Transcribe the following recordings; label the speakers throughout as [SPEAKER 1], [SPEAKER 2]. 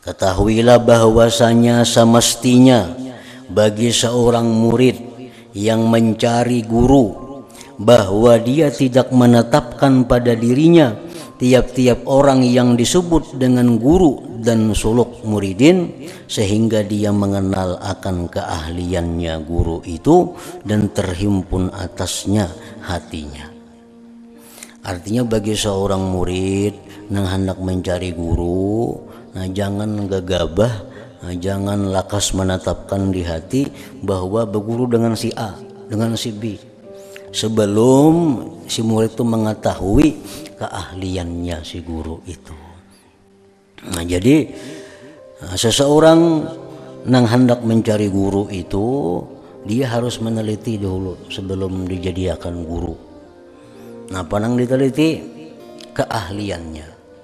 [SPEAKER 1] Ketahuilah bahwasanya semestinya bagi seorang murid yang mencari guru, bahwa dia tidak menetapkan pada dirinya tiap-tiap orang yang disebut dengan guru dan suluk muridin, sehingga dia mengenal akan keahliannya guru itu dan terhimpun atasnya hatinya. Artinya bagi seorang murid yang hendak mencari guru, jangan gegabah, jangan lakas menetapkan di hati bahwa berguru dengan si A, dengan si B, sebelum si murid itu mengetahui keahliannya si guru itu. Jadi seseorang yang hendak mencari guru itu, dia harus meneliti dulu sebelum dijadikan guru. Apa yang diteliti? Keahliannya.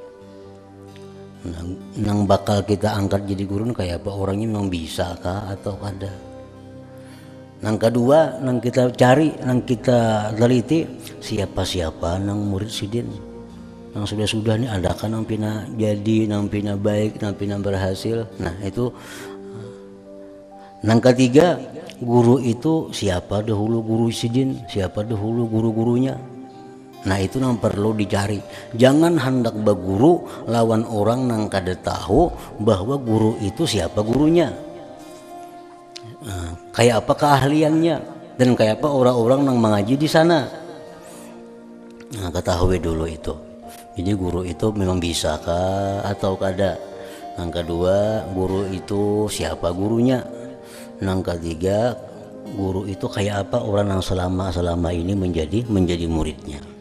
[SPEAKER 1] Yang bakal kita angkat jadi guru kayak apa, orangnya memang bisa kah atau ada. Yang kedua, yang kita cari, yang kita teliti, siapa nang murid sidin, yang sudah nih ada kan yang pina jadi, yang pina baik, yang pina berhasil. Nah itu. Yang ketiga, guru itu siapa dahulu guru sidin, siapa dahulu guru-gurunya. Nah itu yang perlu dicari. Jangan hendak berguru lawan orang yang kada tahu bahwa guru itu siapa gurunya, kayak apa keahliannya, dan kayak apa orang-orang yang mengaji di sana. Ketahui dulu itu. Jadi guru itu memang bisa kah atau kada. Yang kedua, guru itu siapa gurunya. Yang ketiga, guru itu kayak apa orang yang selama ini menjadi muridnya.